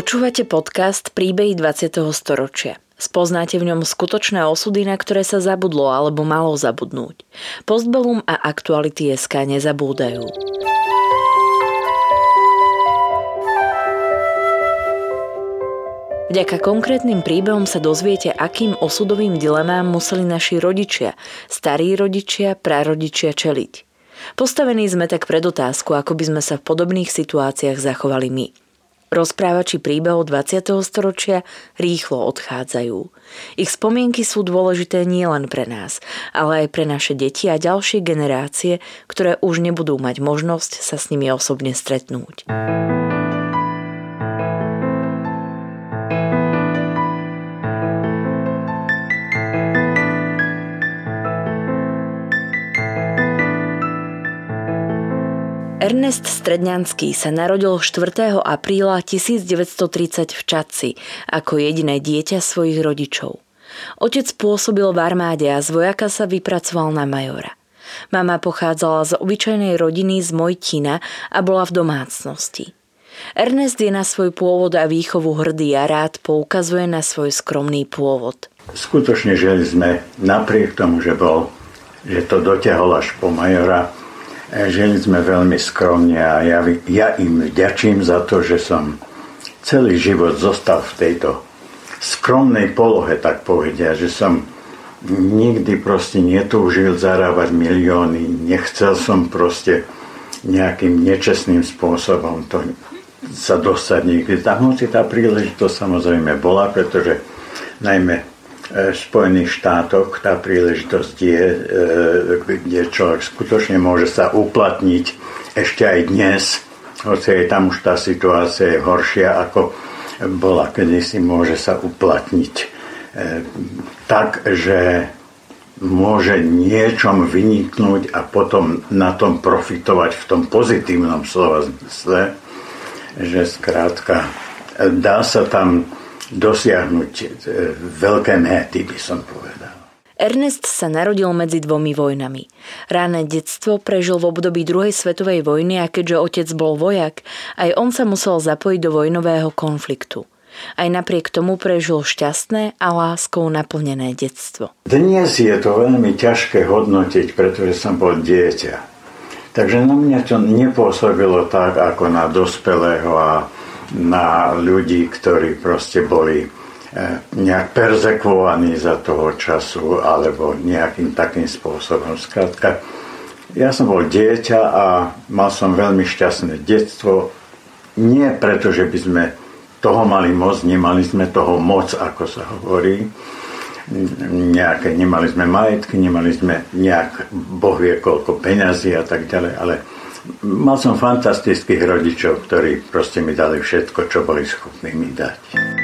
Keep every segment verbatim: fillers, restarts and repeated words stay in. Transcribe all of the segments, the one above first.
Počúvate podcast Príbehy dvadsiateho storočia. Spoznáte v ňom skutočné osudy, na ktoré sa zabudlo alebo malo zabudnúť. Postbellum a Aktuality bodka es ká nezabúdajú. Vďaka konkrétnym príbehom sa dozviete, akým osudovým dilemám museli naši rodičia, starí rodičia, prarodičia čeliť. Postavení sme tak pred otázku, ako by sme sa v podobných situáciách zachovali my. Rozprávači príbehov dvadsiateho storočia rýchlo odchádzajú. Ich spomienky sú dôležité nielen pre nás, ale aj pre naše deti a ďalšie generácie, ktoré už nebudú mať možnosť sa s nimi osobne stretnúť. Ernest Stredňanský sa narodil štvrtého apríla tisícdeväťstotridsať v Čadci ako jediné dieťa svojich rodičov. Otec pôsobil v armáde a z vojaka sa vypracoval na majora. Mama pochádzala z obyčajnej rodiny z Mojtina a bola v domácnosti. Ernest je na svoj pôvod a výchovu hrdý a rád poukazuje na svoj skromný pôvod. Skutočne žili sme napriek tomu, že bol, že to dotiahol až po majora. Žili sme veľmi skromne a ja, ja im vďačím za to, že som celý život zostal v tejto skromnej polohe, tak povedia, že som nikdy proste netúžil zarábať milióny, nechcel som proste nejakým nečestným spôsobom to sa dostať niekde. Tam hoci tá príležitosť samozrejme bola, pretože najmä v Spojených štátoch tá príležitosť je, kde človek skutočne môže sa uplatniť ešte aj dnes, hoci aj tam už tá situácia je horšia, ako bola kedysi, môže sa uplatniť tak, že môže niečom vyniknúť a potom na tom profitovať v tom pozitívnom slova zmysle, že skrátka dá sa tam dosiahnuť veľké méty, by som povedal. Ernest sa narodil medzi dvomi vojnami. Rané detstvo prežil v období druhej svetovej vojny a keďže otec bol vojak, aj on sa musel zapojiť do vojnového konfliktu. Aj napriek tomu prežil šťastné a láskou naplnené detstvo. Dnes je to veľmi ťažké hodnotiť, pretože som bol dieťa. Takže na mňa to nepôsobilo tak, ako na dospelého a na ľudí, ktorí proste boli nejak perzekvovaní za toho času alebo nejakým takým spôsobom. Skrátka, ja som bol dieťa a mal som veľmi šťastné detstvo. Nie preto, že by sme toho mali moc, nemali sme toho moc, ako sa hovorí. Nejaké, nemali sme majetky, nemali sme nejak, Boh vie koľko peňazí a tak ďalej, ale mal som fantastických rodičov, ktorí proste mi dali všetko, čo boli schopní mi dať.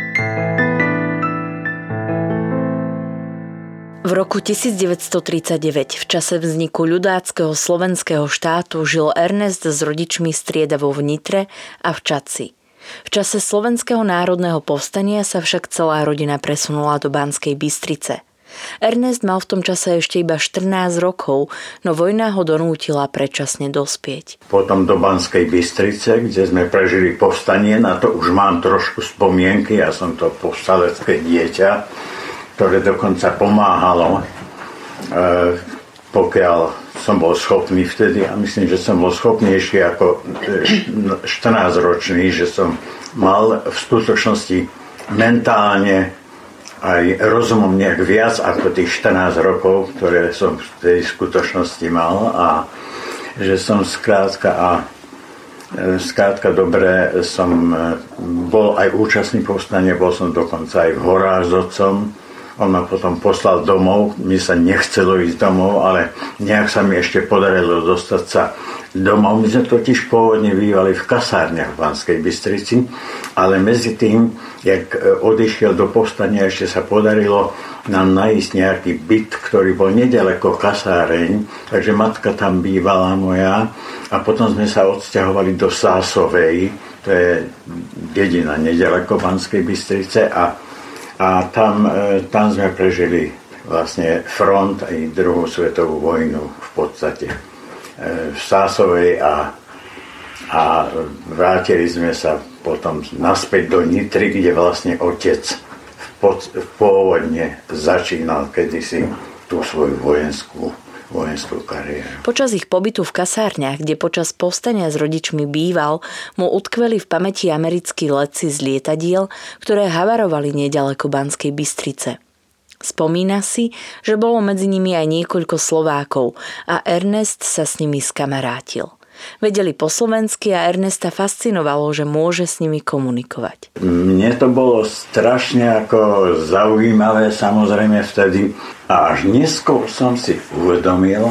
V roku tisícdeväťstotridsaťdeväť, v čase vzniku ľudáckeho slovenského štátu, žil Ernest s rodičmi striedavo v Nitre a v Čadci. V čase Slovenského národného povstania sa však celá rodina presunula do Banskej Bystrice. Ernest mal v tom čase ešte iba štrnásť rokov, no vojna ho donútila predčasne dospieť. Potom do Banskej Bystrice, kde sme prežili povstanie, na to už mám trošku spomienky, ja som to povstalecké dieťa, ktoré dokonca pomáhalo, e, pokiaľ som bol schopný vtedy, a myslím, že som bol schopnejší ako štrnásťročný, že som mal v skutočnosti mentálne aj rozumom nejak viac ako tých štrnásť rokov, ktoré som v tej skutočnosti mal, a že som skrátka a skrátka dobre som bol aj účastný povstania, bol som dokonca aj v horách s otcom. On ma potom poslal domov, mi sa nechcelo ísť domov, ale nejak sa mi ešte podarilo dostať sa domov. My sme totiž pôvodne bývali v kasárniach v Banskej Bystrici, ale medzi tým, jak odišiel do povstania, ešte sa podarilo nám nájsť nejaký byt, ktorý bol nedaleko kasáreň, takže matka tam bývala moja, a potom sme sa odsťahovali do Sásovej, to je dedina nedaleko Banskej Bystrice, a A tam, tam sme prežili vlastne front aj druhú svetovú vojnu v podstate v Sásovej, a, a vrátili sme sa potom naspäť do Nitry, kde vlastne otec v, pod, v pôvodne začínal kedysi tú svoju vojenskú, vojenskú kariéru. Počas ich pobytu v kasárniach, kde počas povstania s rodičmi býval, mu utkveli v pamäti americkí letci z lietadiel, ktoré havarovali neďaleko Banskej Bystrice. Spomína si, že bolo medzi nimi aj niekoľko Slovákov a Ernest sa s nimi skamarátil. Vedeli po slovensky a Ernesta fascinovalo, že môže s nimi komunikovať. Mne to bolo strašne ako zaujímavé, samozrejme vtedy. A až neskôr som si uvedomil,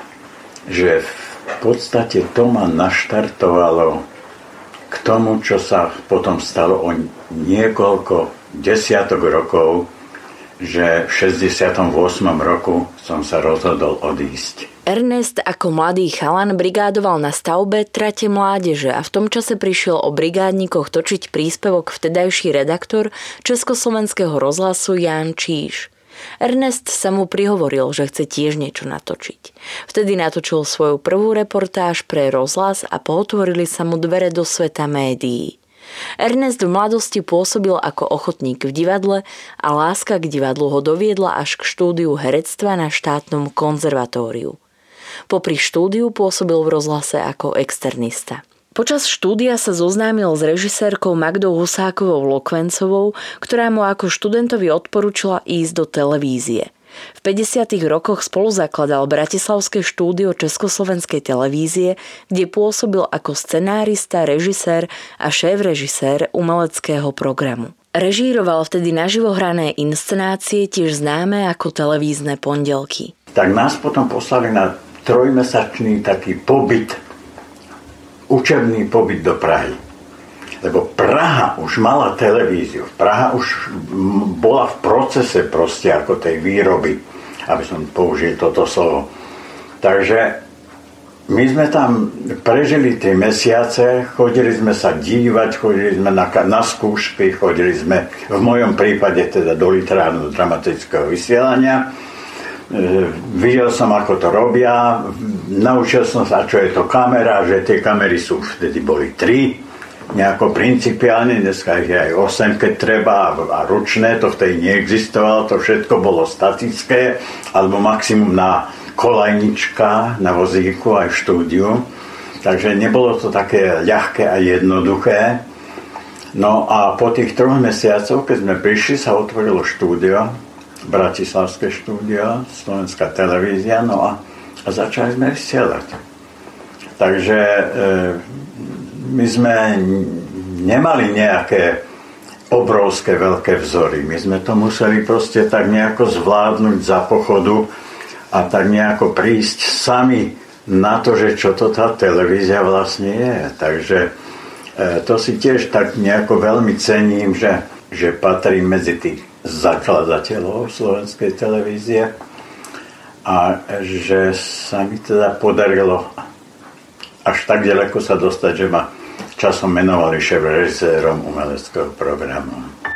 že v podstate to ma naštartovalo k tomu, čo sa potom stalo o niekoľko desiatok rokov, že v šesťdesiatom ôsmom roku som sa rozhodol odísť. Ernest ako mladý chalan brigádoval na stavbe Trate mládeže a v tom čase prišiel o brigádnikoch točiť príspevok vtedajší redaktor Československého rozhlasu Ján Číš. Ernest sa mu prihovoril, že chce tiež niečo natočiť. Vtedy natočil svoju prvú reportáž pre rozhlas a pootvorili sa mu dvere do sveta médií. Ernest v mladosti pôsobil ako ochotník v divadle a láska k divadlu ho doviedla až k štúdiu herectva na štátnom konzervatóriu. Popri štúdiu pôsobil v rozhlase ako externista. Počas štúdia sa zoznámil s režisérkou Magdou Husákovou Lokvencovou, ktorá mu ako študentovi odporúčila ísť do televízie. V päťdesiatych rokoch spolu zakladal bratislavské štúdio Československej televízie, kde pôsobil ako scenárista, režisér a šéf-režisér umeleckého programu. Režíroval vtedy naživo hrané inscenácie, tiež známe ako televízne pondelky. Tak nás potom poslali na trojmesačný taký pobyt, učebný pobyt do Prahy. Lebo Praha už mala televíziu. Praha už bola v procese proste ako tej výroby, aby som použil toto slovo. Takže my sme tam prežili tie mesiace, chodili sme sa dívať, chodili sme na, na skúšky, chodili sme v mojom prípade teda do literárneho dramatického vysielania. E, videl som, ako to robia, naučil som sa, čo je to kamera, že tie kamery sú, vtedy boli tri, nejako principiálne, dneska ich je aj osem, keď treba, a ručné, to vtedy neexistovalo, to všetko bolo statické, alebo maximum na kolajnička, na vozíku aj v štúdiu, takže nebolo to také ľahké a jednoduché. No a po tých troch mesiacoch, keď sme prišli, sa otvorilo štúdio, bratislavské štúdio, Slovenská televízia, no a, a začali sme vysielať. Takže e, my sme nemali nejaké obrovské veľké vzory. My sme to museli proste tak nejako zvládnuť za pochodu a tak nejako prísť sami na to, že čo to tá televízia vlastne je. Takže e, to si tiež tak nejako veľmi cením, že, že patrím medzi tých zakladateľov slovenskej televízie a že sa mi teda podarilo až tak ďaleko sa dostať, že ma časom menovali šéf-režisérom umeleckého programu.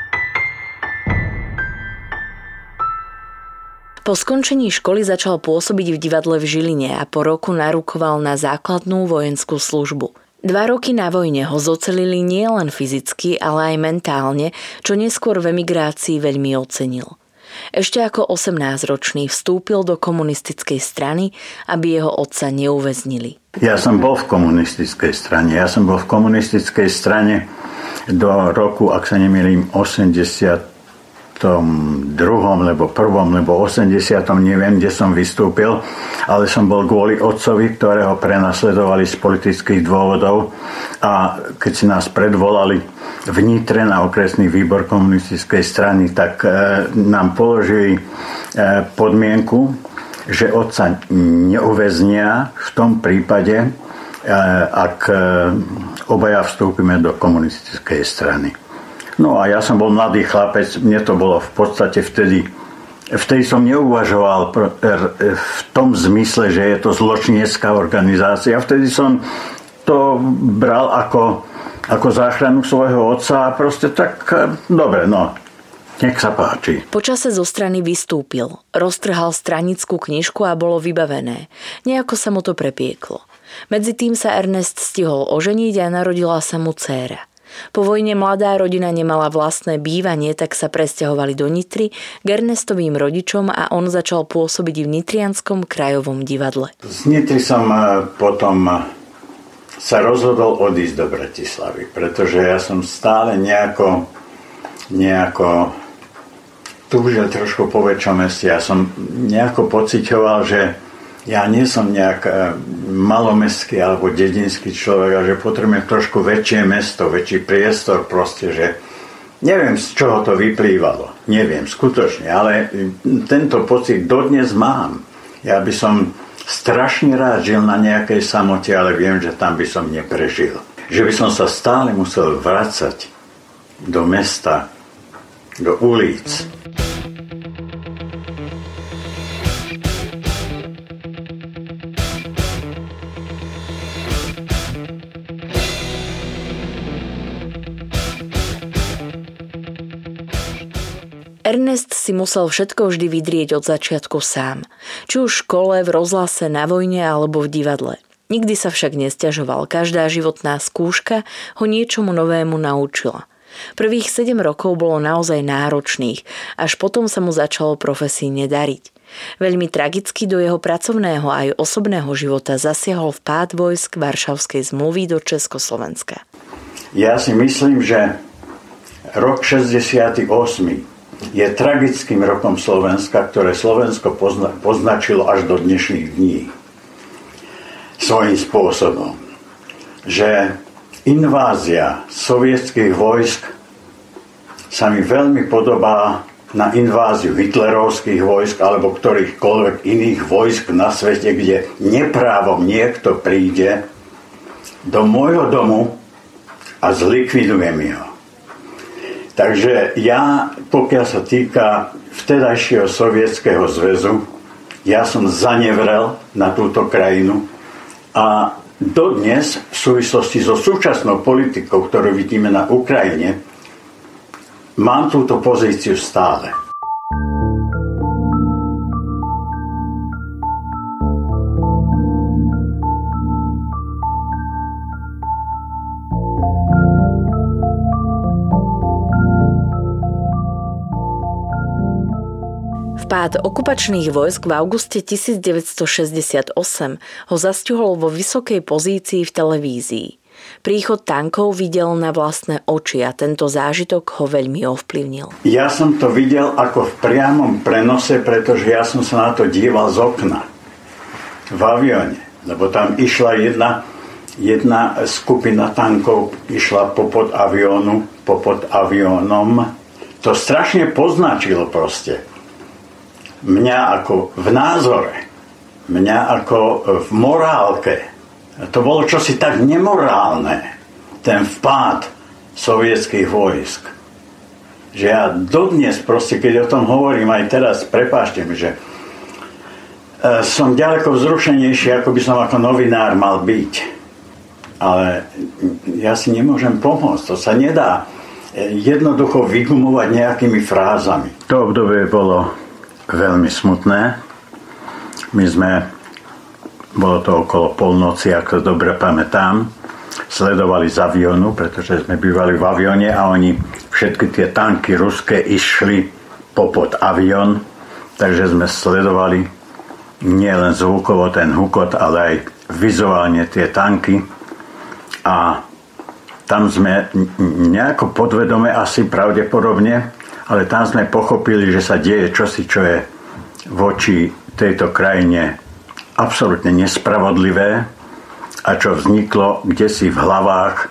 Po skončení školy začal pôsobiť v divadle v Žiline a po roku narukoval na základnú vojenskú službu. Dva roky na vojne ho zocelili nielen fyzicky, ale aj mentálne, čo neskôr v emigrácii veľmi ocenil. Ešte ako osemnásťročný vstúpil do komunistickej strany, aby jeho otca neuväznili. Ja som bol v komunistickej strane. Ja som bol v komunistickej strane do roku, ak sa nemýlim, osemdesiatom druhom, lebo prvom, lebo osemdesiatom neviem, kde som vystúpil, ale som bol kvôli otcovi, ktorého prenasledovali z politických dôvodov, a keď si nás predvolali v Nitre na okresný výbor komunistickej strany, tak e, nám položili e, podmienku, že otca neuväznia v tom prípade, e, ak e, obaja vstúpime do komunistickej strany. No a ja som bol mladý chlapec, mne to bolo v podstate vtedy, vtedy som neuvažoval v tom zmysle, že je to zločinecká organizácia. Vtedy som to bral ako, ako záchranu svojho otca a proste tak, dobre, no, nech sa páči. Počase zo strany vystúpil, roztrhal stranickú knižku a bolo vybavené. Nejako sa mu to prepieklo. Medzi tým sa Ernest stihol oženiť a narodila sa mu dcéra. Po vojne mladá rodina nemala vlastné bývanie, tak sa presťahovali do Nitry k Ernestovým rodičom a on začal pôsobiť v Nitrianskom krajovom divadle. Z Nitry som potom sa rozhodol odísť do Bratislavy, pretože ja som stále nejako, nejako túžil trošku po väčšom meste. Ja som nejako pociťoval, že ja nie som nejak malomestský alebo dedinský človek a že potrebujem trošku väčšie mesto, väčší priestor proste, že neviem, z čoho to vyplývalo. Neviem, skutočne, ale tento pocit dodnes mám. Ja by som strašne rád žil na nejakej samote, ale viem, že tam by som neprežil. Že by som sa stále musel vracať do mesta, do ulic. Ernest si musel všetko vždy vydrieť od začiatku sám. Či už v škole, v rozhlase, na vojne alebo v divadle. Nikdy sa však nesťažoval. Každá životná skúška ho niečomu novému naučila. Prvých sedem rokov bolo naozaj náročných, až potom sa mu začalo profesíne dariť. Veľmi tragicky do jeho pracovného aj osobného života zasiahol vpád vojsk Varšavskej zmluvy do Československa. Ja si myslím, že rok šesťdesiaty ôsmy je tragickým rokom Slovenska, ktoré Slovensko pozna- poznačilo až do dnešných dní. Svojím spôsobom. Že invázia sovietských vojsk sa mi veľmi podobá na inváziu hitlerovských vojsk alebo ktorýchkoľvek iných vojsk na svete, kde neprávom niekto príde do môjho domu a zlikviduje mi ho. Takže ja, pokiaľ sa týka vtedajšieho Sovietskeho zväzu, ja som zanevrel na túto krajinu a dodnes v súvislosti so súčasnou politikou, ktorú vidíme na Ukrajine, mám túto pozíciu stále. Vpád okupačných vojsk v auguste devätnásťstošesťdesiatosem ho zastihol vo vysokej pozícii v televízii. Príchod tankov videl na vlastné oči a tento zážitok ho veľmi ovplyvnil. Ja som to videl ako v priamom prenose, pretože ja som sa na to díval z okna v avióne, lebo tam išla jedna, jedna skupina tankov, išla popod aviónu, popod aviónom. To strašne poznačilo proste mňa ako v názore, mňa ako v morálke. To bolo čosi tak nemorálne, ten vpád sovietských vojsk, že ja dodnes proste, keď o tom hovorím aj teraz, prepáčte mi, že som ďaleko vzrušenejší, ako by som ako novinár mal byť. Ale ja si nemôžem pomôcť, to sa nedá jednoducho vygumovať nejakými frázami. To obdobie bolo veľmi smutné. My sme, bolo to okolo polnoci, ako dobre pamätám, sledovali z aviónu, pretože sme bývali v avióne a oni, všetky tie tanky ruské išli popod avión, takže sme sledovali nielen zvukovo ten hukot, ale aj vizuálne tie tanky a tam sme nejako podvedome asi pravdepodobne, ale tam sme pochopili, že sa deje čosi, čo je voči tejto krajine absolútne nespravodlivé a čo vzniklo kdesi v hlavách, e,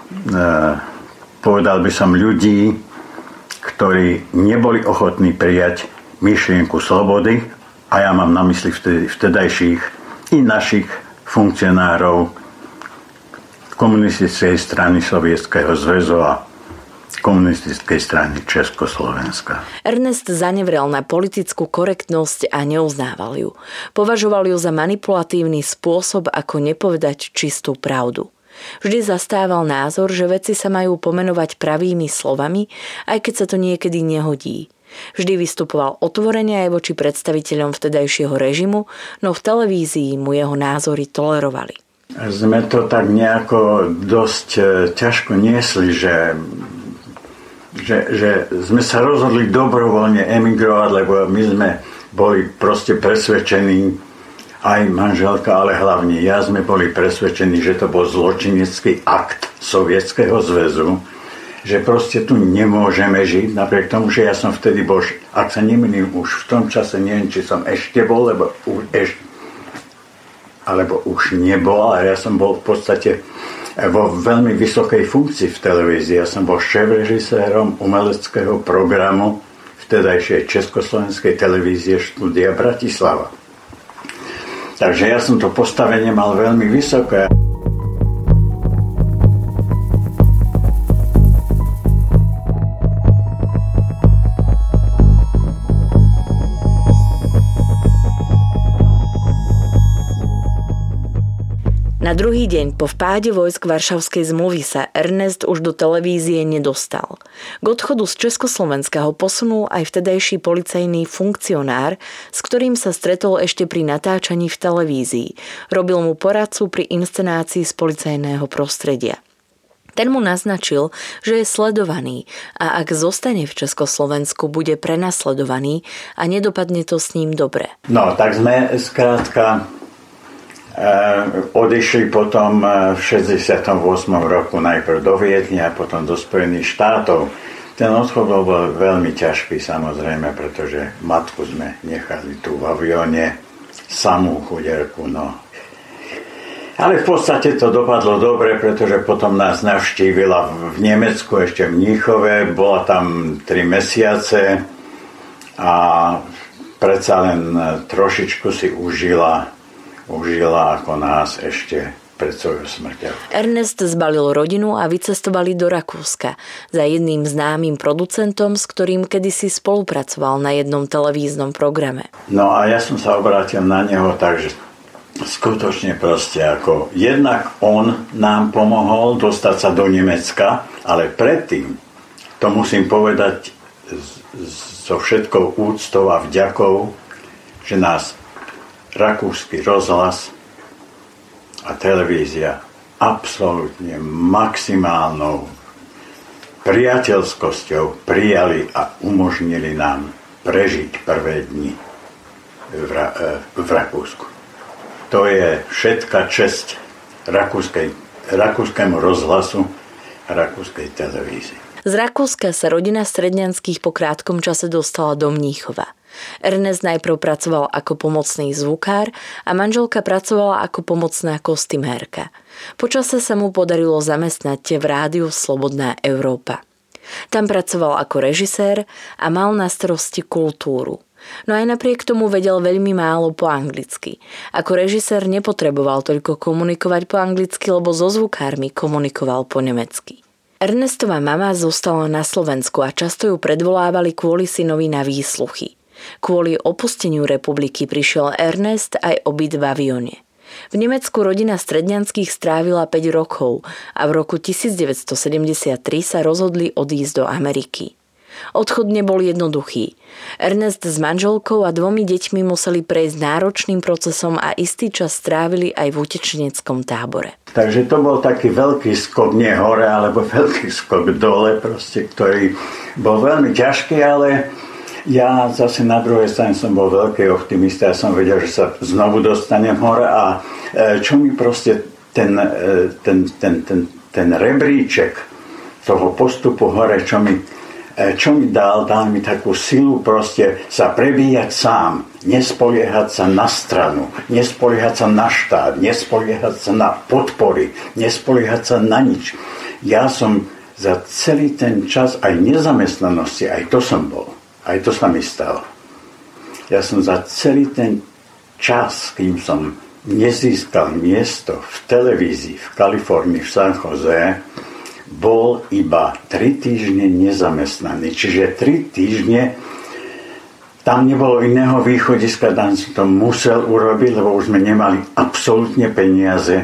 povedal by som, ľudí, ktorí neboli ochotní prijať myšlienku slobody, a ja mám na mysli vtedy, vtedajších i našich funkcionárov komunistickej strany Sovietskeho zväzu a komunistickej strany Československa. Ernest zanevrel na politickú korektnosť a neuznával ju. Považoval ju za manipulatívny spôsob, ako nepovedať čistú pravdu. Vždy zastával názor, že veci sa majú pomenovať pravými slovami, aj keď sa to niekedy nehodí. Vždy vystupoval otvorene aj voči predstaviteľom vtedajšieho režimu, no v televízii mu jeho názory tolerovali. Sme to tak nejako dosť ťažko niesli, že, že, že sme sa rozhodli dobrovoľne emigrovať, lebo my sme boli proste presvedčení, aj manželka, ale hlavne ja sme boli presvedčení, že to bol zločinecký akt Sovietskeho zväzu, že proste tu nemôžeme žiť, napriek tomu, že ja som vtedy bol, ak sa nemýlim, už v tom čase, neviem, či som ešte bol, lebo už, ešte, alebo už nebol, ale ja som bol v podstate vo veľmi vysokej funkcii v televízii. Ja som bol šéfrežisérom umeleckého programu vtedajšej Československej televízie Štúdia Bratislava. Takže ja som to postavenie mal veľmi vysoké. Na druhý deň po vpáde vojsk Varšavskej zmluvy sa Ernest už do televízie nedostal. K odchodu z Československa ho posunul aj vtedajší policajný funkcionár, s ktorým sa stretol ešte pri natáčaní v televízii. Robil mu poradcu pri inscenácii z policajného prostredia. Ten mu naznačil, že je sledovaný a ak zostane v Československu, bude prenasledovaný a nedopadne to s ním dobre. No, tak sme skrátka odišli potom v šesťdesiatom ôsmom roku najprv do Viedne a potom do Spojených štátov. Ten odchod bol veľmi ťažký, samozrejme, pretože matku sme nechali tu v avióne, samú chuderku, no. Ale v podstate to dopadlo dobre, pretože potom nás navštívila v Nemecku, ešte v Mníchove, bola tam tri mesiace a predsa len trošičku si užila užila ako nás ešte pred svojou smrťou. Ernest zbalil rodinu a vycestovali do Rakúska za jedným známym producentom, s ktorým kedysi spolupracoval na jednom televíznom programe. No a ja som sa obrátil na neho, takže skutočne proste ako jednak on nám pomohol dostať sa do Nemecka, ale predtým, to musím povedať so všetkou úctou a vďakou, že nás rakúsky rozhlas a televízia absolútne maximálnou priateľskosťou prijali a umožnili nám prežiť prvé dni v, Ra- v Rakúsku. To je všetka česť rakúskej, rakúskému rozhlasu a rakúskej televízii. Z Rakúska sa rodina Stredňanských po krátkom čase dostala do Mníchova. Ernest najprv pracoval ako pomocný zvukár a manželka pracovala ako pomocná kostymérka. Po čase sa mu podarilo zamestnať v rádiu Slobodná Európa. Tam pracoval ako režisér a mal na starosti kultúru. No aj napriek tomu vedel veľmi málo po anglicky. Ako režisér nepotreboval toľko komunikovať po anglicky, lebo so zvukármi komunikoval po nemecky. Ernestová mama zostala na Slovensku a často ju predvolávali kvôli synovi na výsluchy. Kvôli opusteniu republiky prišiel Ernest aj o byt v avióne. V Nemecku rodina Stredňanských strávila päť rokov a v roku devätnásťstosedemdesiattri sa rozhodli odísť do Ameriky. Odchod nebol jednoduchý. Ernest s manželkou a dvomi deťmi museli prejsť náročným procesom a istý čas strávili aj v utečeneckom tábore. Takže to bol taký veľký skok, nie hore, alebo veľký skok dole, proste, ktorý bol veľmi ťažký, ale ja zase na druhej strane som bol veľký optimista, ja som vedel, že sa znovu dostanem hore a čo mi proste ten, ten, ten, ten, ten rebríček toho postupu hore, čo mi, čo mi dal, dal mi takú silu proste sa prebíjať sám, nespoliehať sa na stranu, nespoliehať sa na štát, nespoliehať sa na podpory, nespoliehať sa na nič. Ja som za celý ten čas aj nezamestnanosti, aj to som bol. Aj to sa mi stalo. Ja som za celý ten čas, kým som nezískal miesto v televízii v Kalifornii, v San Jose, bol iba tri týždne nezamestnaný. Čiže tri týždne tam nebolo iného východiska, tam som to musel urobiť, lebo už sme nemali absolútne peniaze.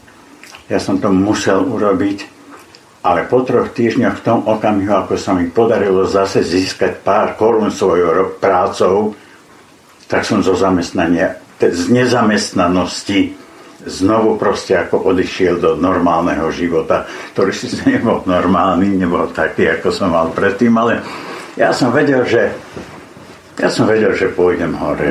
Ja som to musel urobiť. Ale po troch týždňoch v tom okamihu, ako sa mi podarilo zase získať pár korún svojou prácou, tak som zo zamestnania, z nezamestnanosti znovu proste ako odišiel do normálneho života, ktorý si nebol normálny, nebol taký, ako som mal predtým, ale ja som vedel, že ja som vedel, že pôjdem hore.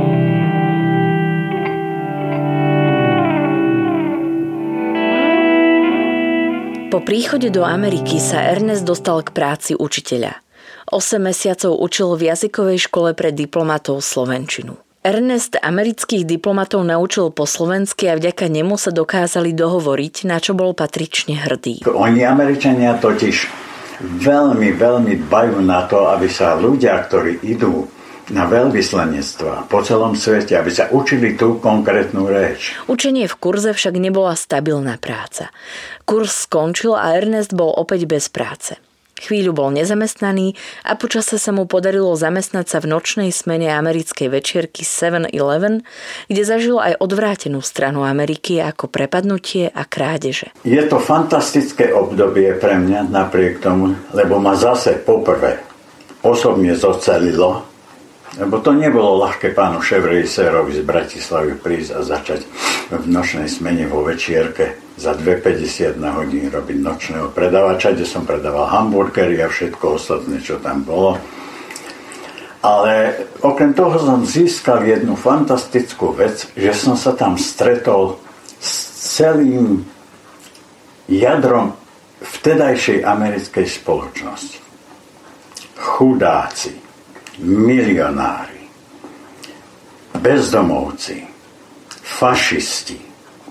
Po príchode do Ameriky sa Ernest dostal k práci učiteľa. Osem mesiacov učil v jazykovej škole pre diplomatov slovenčinu. Ernest amerických diplomatov naučil po slovensky a vďaka nemu sa dokázali dohovoriť, na čo bol patrične hrdý. Oni Američania totiž veľmi, veľmi dbajú na to, aby sa ľudia, ktorí idú na veľvyslanectvá po celom svete, aby sa učili tú konkrétnu reč. Učenie v kurze však nebola stabilná práca. Kurz skončil a Ernest bol opäť bez práce. Chvíľu bol nezamestnaný a počase sa mu podarilo zamestnať sa v nočnej smene americkej večierky seven eleven, kde zažil aj odvrátenú stranu Ameriky ako prepadnutie a krádeže. Je to fantastické obdobie pre mňa napriek tomu, lebo ma zase poprvé osobne zocelilo, lebo to nebolo ľahké pánu šéf-režisérovi z Bratislavy prísť a začať v nočnej smene vo večierke za dva päťdesiat na hodinu robiť nočného predavača, kde som predával hamburgery a všetko ostatné, čo tam bolo. Ale okrem toho som získal jednu fantastickú vec, že som sa tam stretol s celým jadrom vtedajšej americkej spoločnosti. Chudáci, milionári, bezdomovci, fašisti,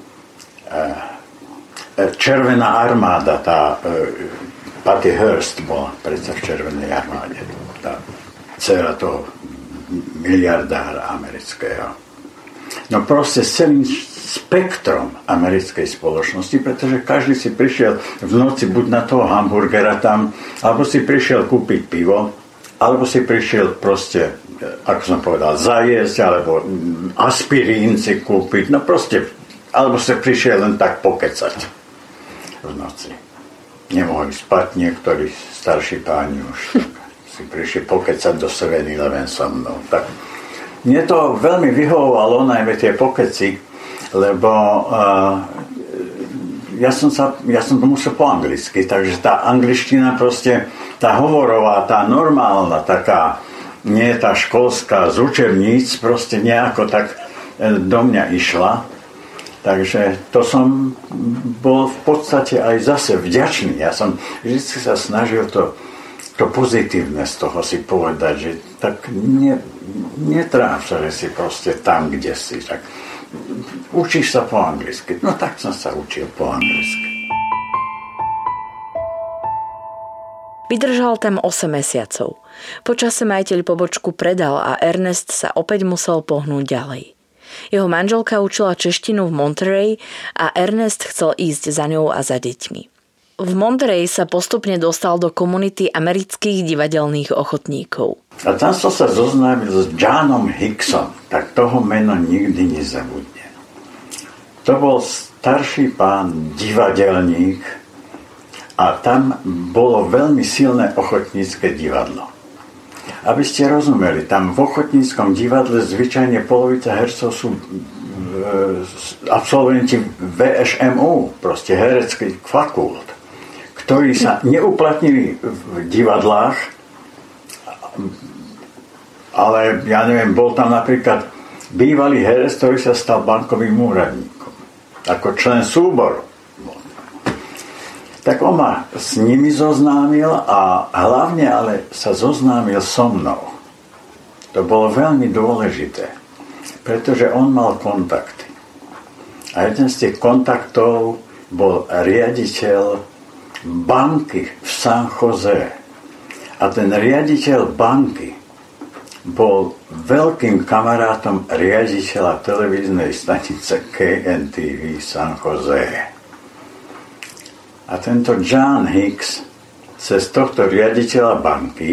Červená armáda, tá Patty Hearst bola predsa v Červenej armáde, tá dcera toho miliardára amerického. No proste s celým spektrom americkej spoločnosti, pretože každý si prišiel v noci buď na toho hamburgera tam, alebo si prišiel kúpiť pivo, alebo si prišiel proste, ako som povedal, zajesť, alebo aspirín si kúpiť, no proste, alebo si prišiel len tak pokecať v noci. Nemohli spať niektorí starší páni už, tak si prišli pokecať do seven eleven so mnou. Tak mne to veľmi vyhovovalo, najmä tie pokeci, lebo uh, ja som sa, ja som to musel po anglicky, takže tá angličtina proste, tá hovorová, tá normálna, taká, nie tá školská z učebníc, proste nejako tak do mňa išla. Takže to som bol v podstate aj zase vďačný. Ja som vždy sa snažil to, to pozitívne z toho si povedať, že tak ne, netráv sa, že si proste tam, kde si. Tak učíš sa po anglicky. No tak som sa učil po anglicky. Vydržal tam osem mesiacov. Počase majiteľ pobočku predal a Ernest sa opäť musel pohnúť ďalej. Jeho manželka učila češtinu v Monterey a Ernest chcel ísť za ňou a za deťmi. V Monterey sa postupne dostal do komunity amerických divadelných ochotníkov. A tam som sa zoznámil s Johnom Hicksom, tak toho meno nikdy nezabudnem. To bol starší pán divadelník a tam bolo veľmi silné ochotnícke divadlo. Aby ste rozumeli, tam v ochotníckom divadle zvyčajne polovica hercov sú e, absolventi vé eš em ú, proste hereckých fakult, ktorí sa neuplatnili v divadlách, ale ja neviem, bol tam napríklad bývalý herec, ktorý sa stal bankovým úradníkom, ako člen súboru. Tak on ma s nimi zoznámil a hlavne ale sa zoznámil so mnou. To bolo veľmi dôležité, pretože on mal kontakty. A jeden z tých kontaktov bol riaditeľ banky v San Jose. A ten riaditeľ banky bol veľkým kamarátom riaditeľa televíznej stanice ká en té vé San Jose. A tento John Hicks cez tohto riaditeľa banky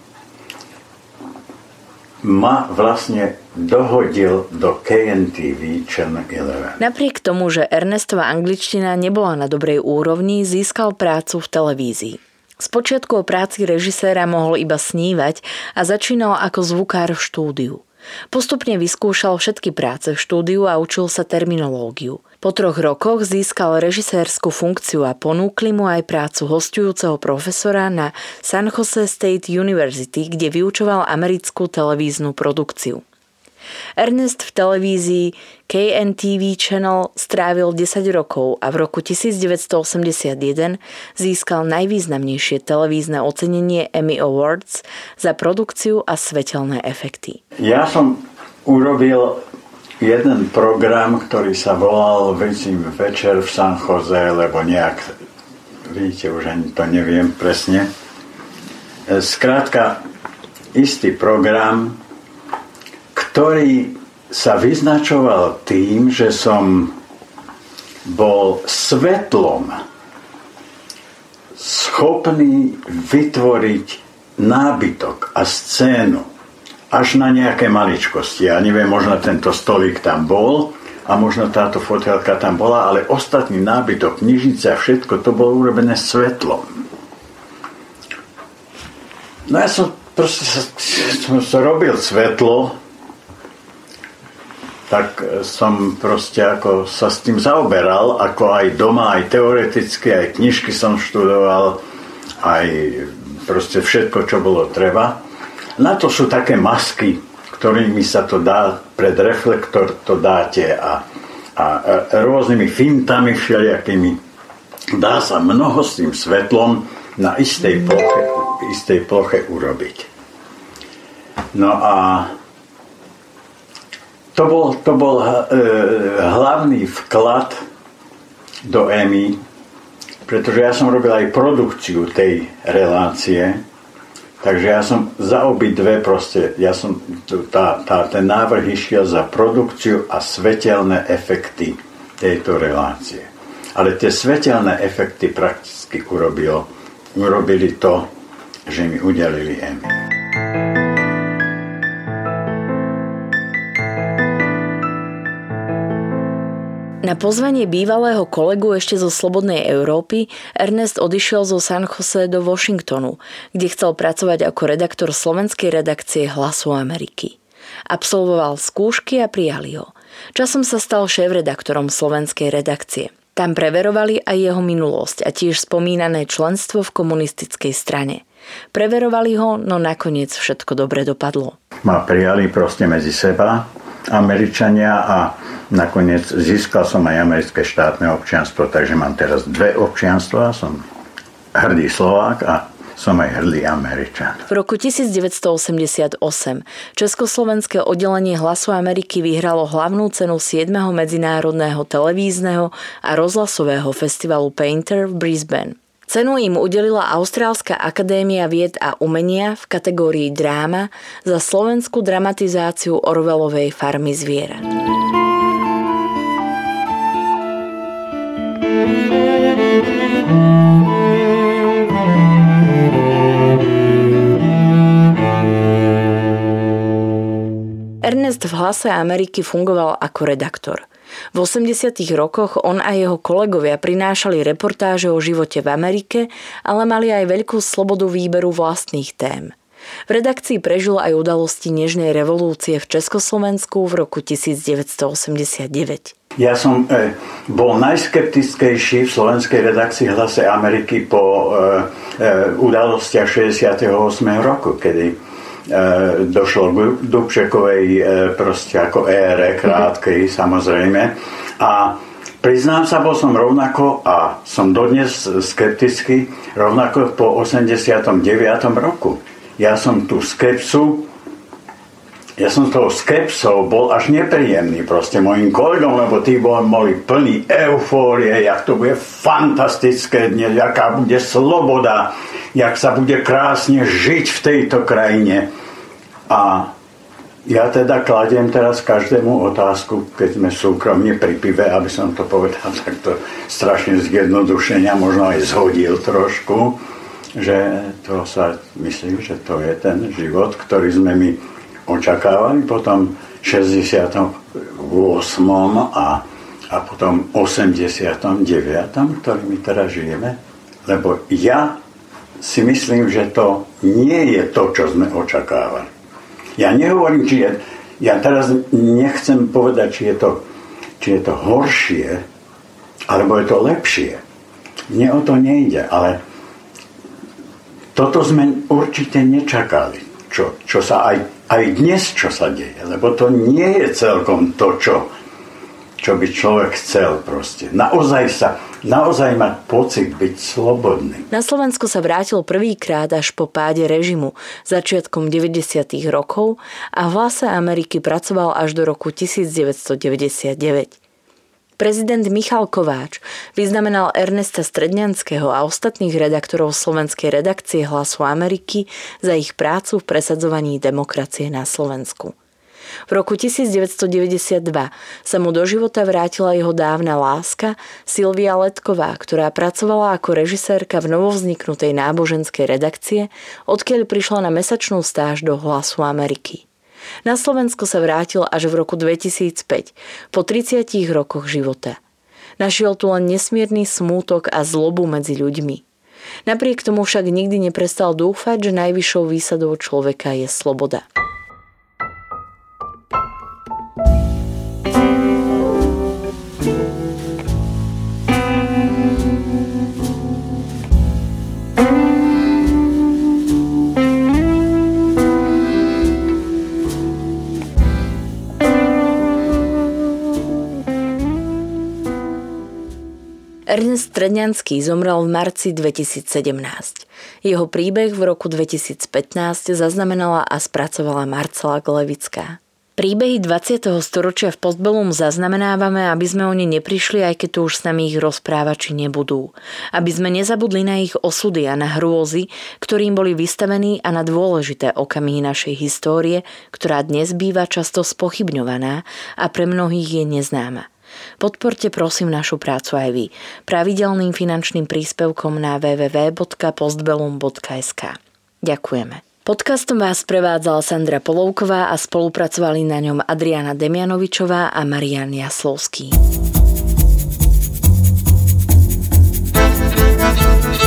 ma vlastne dohodil do ká en té vé Channel eleven. Napriek tomu, že Ernestova angličtina nebola na dobrej úrovni, získal prácu v televízii. Spočiatku o práci režiséra mohol iba snívať a začínal ako zvukár v štúdiu. Postupne vyskúšal všetky práce v štúdiu a učil sa terminológiu. Po troch rokoch získal režisérskú funkciu a ponúkli mu aj prácu hosťujúceho profesora na San Jose State University, kde vyučoval americkú televíznu produkciu. Ernest v televízii K N T V Channel strávil desať rokov a v roku devätnásťstoosemdesiatjeden získal najvýznamnejšie televízne ocenenie Emmy Awards za produkciu a svetelné efekty. Ja som urobil jeden program, ktorý sa volal Vysím večer v San Jose, lebo nejak, vidíte, už ani to neviem presne. Skrátka, istý program, ktorý sa vyznačoval tým, že som bol svetlom schopný vytvoriť nábytok a scénu až na nejaké maličkosti. Ja neviem, možno tento stolík tam bol a možno táto fotelka tam bola, ale ostatný nábytok, knižnice a všetko, to bolo urobené svetlom. No ja som proste sa, som sa robil svetlo, tak som proste ako sa s tým zaoberal, ako aj doma, aj teoreticky, aj knižky som študoval, aj proste všetko, čo bolo treba. Na to sú také masky, ktorými sa to dá, pred reflektor to dáte a, a rôznymi fintami všelijakými. Dá sa mnoho s tým svetlom na istej ploche, istej ploche urobiť. No a To bol, to bol e, hlavný vklad do Emmy, pretože ja som robil aj produkciu tej relácie, takže ja som za obidve proste, ja som, tá, tá, ten návrh išiel za produkciu a svetelné efekty tejto relácie. Ale tie svetelné efekty prakticky urobilo, urobili to, že mi udelili Emmy. Na pozvanie bývalého kolegu ešte zo Slobodnej Európy Ernest odišiel zo San Jose do Washingtonu, kde chcel pracovať ako redaktor slovenskej redakcie Hlasu Ameriky. Absolvoval skúšky a prijali ho. Časom sa stal šéfredaktorom slovenskej redakcie. Tam preverovali aj jeho minulosť a tiež spomínané členstvo v komunistickej strane. Preverovali ho, no nakoniec všetko dobre dopadlo. Ma prijali proste medzi seba Američania a nakoniec získal som aj americké štátne občianstvo, takže mám teraz dve občianstvá, som hrdý Slovák a som aj hrdý Američan. V roku devätnásťstoosemdesiatosem Československé oddelenie Hlasu Ameriky vyhralo hlavnú cenu siedmeho medzinárodného televízneho a rozhlasového festivalu Painter v Brisbane. Cenu im udelila Austrálska akadémia vied a umenia v kategórii dráma za slovenskú dramatizáciu Orwellovej Farmy zvierat. Ernest v Hlase Ameriky fungoval ako redaktor. V osemdesiatych rokoch on a jeho kolegovia prinášali reportáže o živote v Amerike, ale mali aj veľkú slobodu výberu vlastných tém. V redakcii prežil aj udalosti nežnej revolúcie v Československu v roku devätnásťstoosemdesiatdeväť. Ja som e, bol najskeptickejší v slovenskej redakcii Hlase Ameriky po e, e, udalostiach šesťdesiateho ôsmeho roku, kedy došlo k Dubčekovej proste ako ére krátkej, samozrejme. A priznám sa, bol som rovnako a som dodnes skeptický rovnako po osemdesiatom deviatom roku. Ja som tú skepsu ja som toho skepsou bol až nepríjemný proste mojim kolegom, lebo tí boli plní eufórie, jak to bude fantastické dnes, jaká bude sloboda, jak sa bude krásne žiť v tejto krajine. A ja teda kladiem teraz každému otázku, keď sme súkromne pri pive, aby som to povedal takto strašne zjednodušenia, možno aj zhodil trošku, že to sa myslím, že to je ten život, ktorý sme my očakávali potom šesťdesiatom ôsmom a, a potom osemdesiatom deviatom, ktorými teraz žijeme. Lebo ja si myslím, že to nie je to, čo sme očakávali. Ja nehovorím, či je, Ja teraz nechcem povedať, či je to, či je to horšie, alebo je to lepšie. Mne o to nejde, ale toto sme určite nečakali. Čo, čo sa aj, aj dnes, čo sa deje. Lebo to nie je celkom to, čo, čo by človek chcel proste. Naozaj sa, naozaj mať pocit byť slobodný. Na Slovensku sa vrátil prvýkrát až po páde režimu začiatkom deväťdesiatych rokov a v Hlase Ameriky pracoval až do roku devätnásťstodeväťdesiatdeväť. Prezident Michal Kováč vyznamenal Ernesta Stredňanského a ostatných redaktorov slovenskej redakcie Hlasu Ameriky za ich prácu v presadzovaní demokracie na Slovensku. V roku devätnásťstodeväťdesiatdva sa mu do života vrátila jeho dávna láska Silvia Letková, ktorá pracovala ako režisérka v novovzniknutej náboženskej redakcie, odkiaľ prišla na mesačnú stáž do Hlasu Ameriky. Na Slovensko sa vrátil až v roku dvetisícpäť, po tridsiatich rokoch života. Našiel tu len nesmierny smútok a zlobu medzi ľuďmi. Napriek tomu však nikdy neprestal dúfať, že najvyššou výsadou človeka je sloboda. Ernest Stredňanský zomrel v marci dvetisícsedemnásť. Jeho príbeh v roku dvetisícpätnásť zaznamenala a spracovala Marcela Glevická. Príbehy dvadsiateho storočia v Postbellum zaznamenávame, aby sme o ne neprišli, aj keď tu už s nami ich rozprávači nebudú. Aby sme nezabudli na ich osudy a na hrôzy, ktorým boli vystavení, a na dôležité okamihy našej histórie, ktorá dnes býva často spochybňovaná a pre mnohých je neznáma. Podporte prosím našu prácu aj vy pravidelným finančným príspevkom na w w w bodka postbellum bodka es ka. Ďakujeme. Podcastom vás prevádzala Sandra Polovková a spolupracovali na ňom Adriana Demianovičová a Marián Jaslovský.